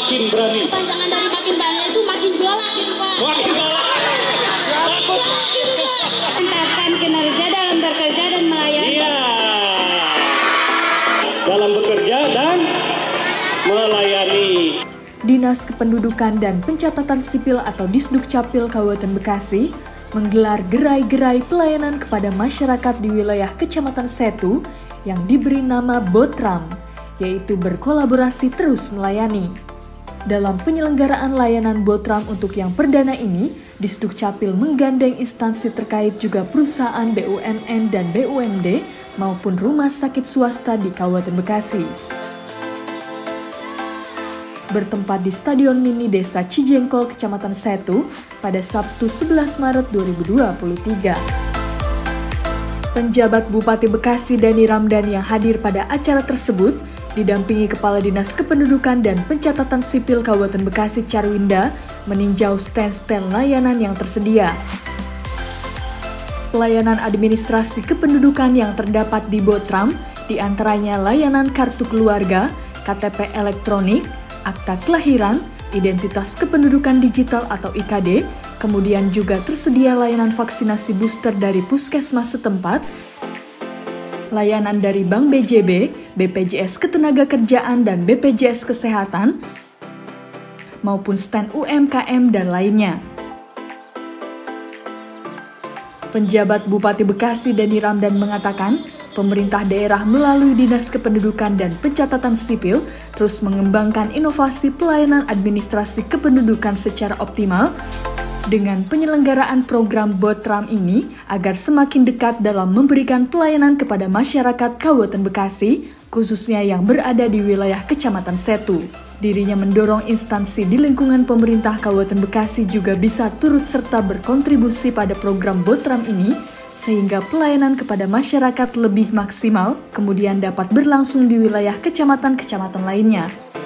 makin berani. Kepanjangan dari makin berani itu makin galak gitu Pak. Makin galak. Takut. Mantapkan kinerja dalam bekerja dan melayani. Iya. Dalam bekerja dan melayani. Dinas Kependudukan dan Pencatatan Sipil atau Disdukcapil Kabupaten Bekasi menggelar gerai-gerai pelayanan kepada masyarakat di wilayah Kecamatan Setu yang diberi nama Botram, yaitu berkolaborasi terus melayani. Dalam penyelenggaraan layanan Botram untuk yang perdana ini, Disdukcapil menggandeng instansi terkait juga perusahaan BUMN dan BUMD maupun rumah sakit swasta di Kabupaten Bekasi. Bertempat di Stadion Mini Desa Cijengkol, Kecamatan Setu, pada Sabtu 11 Maret 2023. Penjabat Bupati Bekasi Dani Ramdhani yang hadir pada acara tersebut didampingi Kepala Dinas Kependudukan dan Pencatatan Sipil Kabupaten Bekasi Charwinda meninjau stand-stand layanan yang tersedia. Pelayanan administrasi kependudukan yang terdapat di Botram diantaranya layanan kartu keluarga, KTP elektronik, akta kelahiran, identitas kependudukan digital atau IKD, kemudian juga tersedia layanan vaksinasi booster dari puskesmas setempat, layanan dari Bank BJB, BPJS Ketenagakerjaan dan BPJS Kesehatan, maupun stand UMKM dan lainnya. Penjabat Bupati Bekasi Dani Ramdhani mengatakan, pemerintah daerah melalui Dinas Kependudukan dan Pencatatan Sipil terus mengembangkan inovasi pelayanan administrasi kependudukan secara optimal dengan penyelenggaraan program Botram ini agar semakin dekat dalam memberikan pelayanan kepada masyarakat Kabupaten Bekasi, khususnya yang berada di wilayah Kecamatan Setu. Dirinya mendorong instansi di lingkungan pemerintah Kabupaten Bekasi juga bisa turut serta berkontribusi pada program Botram ini, sehingga pelayanan kepada masyarakat lebih maksimal, kemudian dapat berlangsung di wilayah kecamatan-kecamatan lainnya.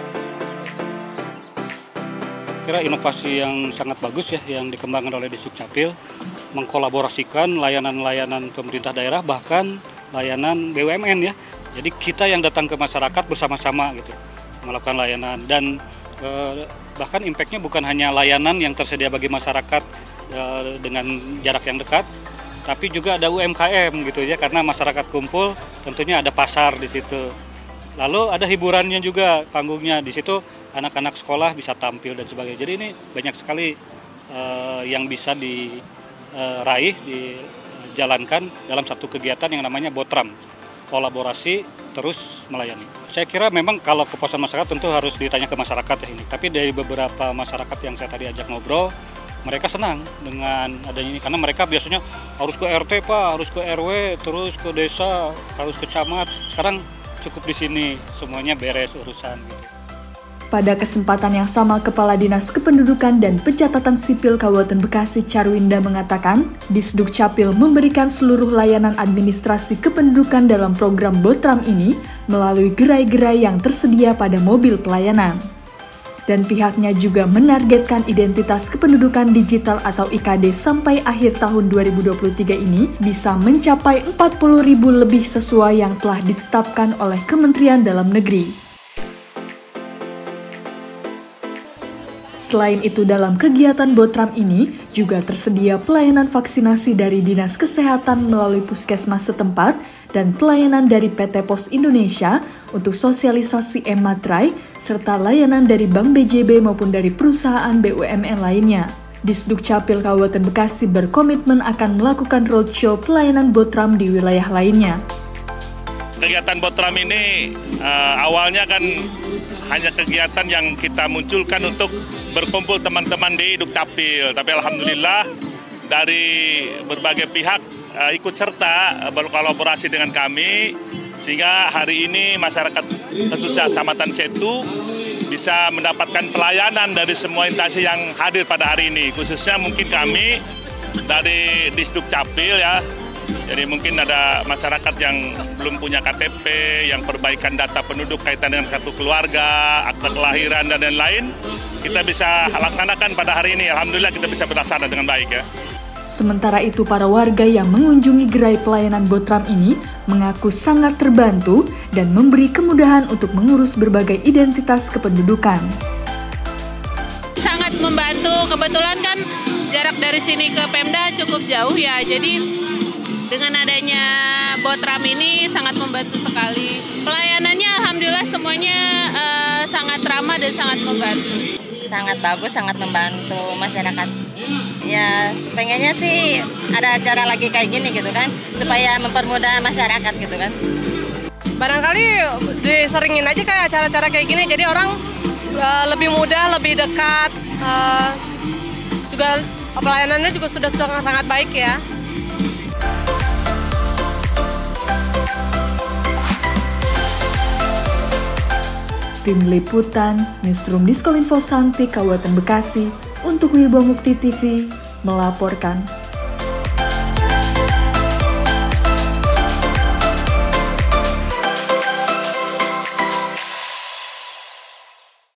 Kira inovasi yang sangat bagus ya yang dikembangkan oleh Disdukcapil, mengkolaborasikan layanan-layanan pemerintah daerah bahkan layanan BUMN ya. Jadi kita yang datang ke masyarakat bersama-sama gitu melakukan layanan dan bahkan impact-nya bukan hanya layanan yang tersedia bagi masyarakat dengan jarak yang dekat, tapi juga ada UMKM gitu ya, karena masyarakat kumpul tentunya ada pasar di situ. Lalu ada hiburannya juga, panggungnya di situ anak-anak sekolah bisa tampil dan sebagainya. Jadi ini banyak sekali yang bisa diraih, dijalankan dalam satu kegiatan yang namanya Botram, kolaborasi terus melayani. Saya kira memang kalau kepuasan masyarakat tentu harus ditanya ke masyarakat ya ini. Tapi dari beberapa masyarakat yang saya tadi ajak ngobrol, mereka senang dengan adanya ini karena mereka biasanya harus ke RT Pak, harus ke RW, terus ke desa, harus ke camat. Sekarang cukup di sini, semuanya beres urusan gitu. Pada kesempatan yang sama, Kepala Dinas Kependudukan dan Pencatatan Sipil Kabupaten Bekasi Charwinda mengatakan, Disdukcapil memberikan seluruh layanan administrasi kependudukan dalam program Botram ini melalui gerai-gerai yang tersedia pada mobil pelayanan. Dan pihaknya juga menargetkan identitas kependudukan digital atau IKD sampai akhir tahun 2023 ini bisa mencapai 40.000 lebih sesuai yang telah ditetapkan oleh Kementerian Dalam Negeri. Selain itu, dalam kegiatan Botram ini juga tersedia pelayanan vaksinasi dari Dinas Kesehatan melalui puskesmas setempat dan pelayanan dari PT Pos Indonesia untuk sosialisasi e-materai serta layanan dari Bank BJB maupun dari perusahaan BUMN lainnya. Disdukcapil Kabupaten Bekasi berkomitmen akan melakukan roadshow pelayanan Botram di wilayah lainnya. Kegiatan Botram ini awalnya kan hanya kegiatan yang kita munculkan untuk berkumpul teman-teman di Dukcapil. Tapi alhamdulillah dari berbagai pihak ikut serta berkolaborasi dengan kami sehingga hari ini masyarakat khususnya Kecamatan Setu bisa mendapatkan pelayanan dari semua instansi yang hadir pada hari ini. Khususnya mungkin kami dari Disdukcapil ya. Jadi mungkin ada masyarakat yang belum punya KTP, yang perbaikan data penduduk kaitan dengan kartu keluarga, akta kelahiran, dan lain-lain. Kita bisa laksanakan pada hari ini. Alhamdulillah kita bisa berlaksana dengan baik ya. Sementara itu, para warga yang mengunjungi gerai pelayanan Botram ini mengaku sangat terbantu dan memberi kemudahan untuk mengurus berbagai identitas kependudukan. sangat membantu. Kebetulan kan jarak dari sini ke Pemda cukup jauh ya. Jadi dengan adanya Botram ini sangat membantu sekali. Pelayanannya alhamdulillah semuanya sangat ramah dan sangat membantu. Sangat bagus, sangat membantu masyarakat. Ya, pengennya sih ada acara lagi kayak gini gitu kan, supaya mempermudah masyarakat gitu kan. Barangkali diseringin aja kayak acara-acara kayak gini, jadi orang lebih mudah, lebih dekat, juga pelayanannya juga sudah sangat baik ya. Tim Liputan, Newsroom Diskominfo Santi, Kabupaten Bekasi, untuk Wibawa Mukti TV, melaporkan.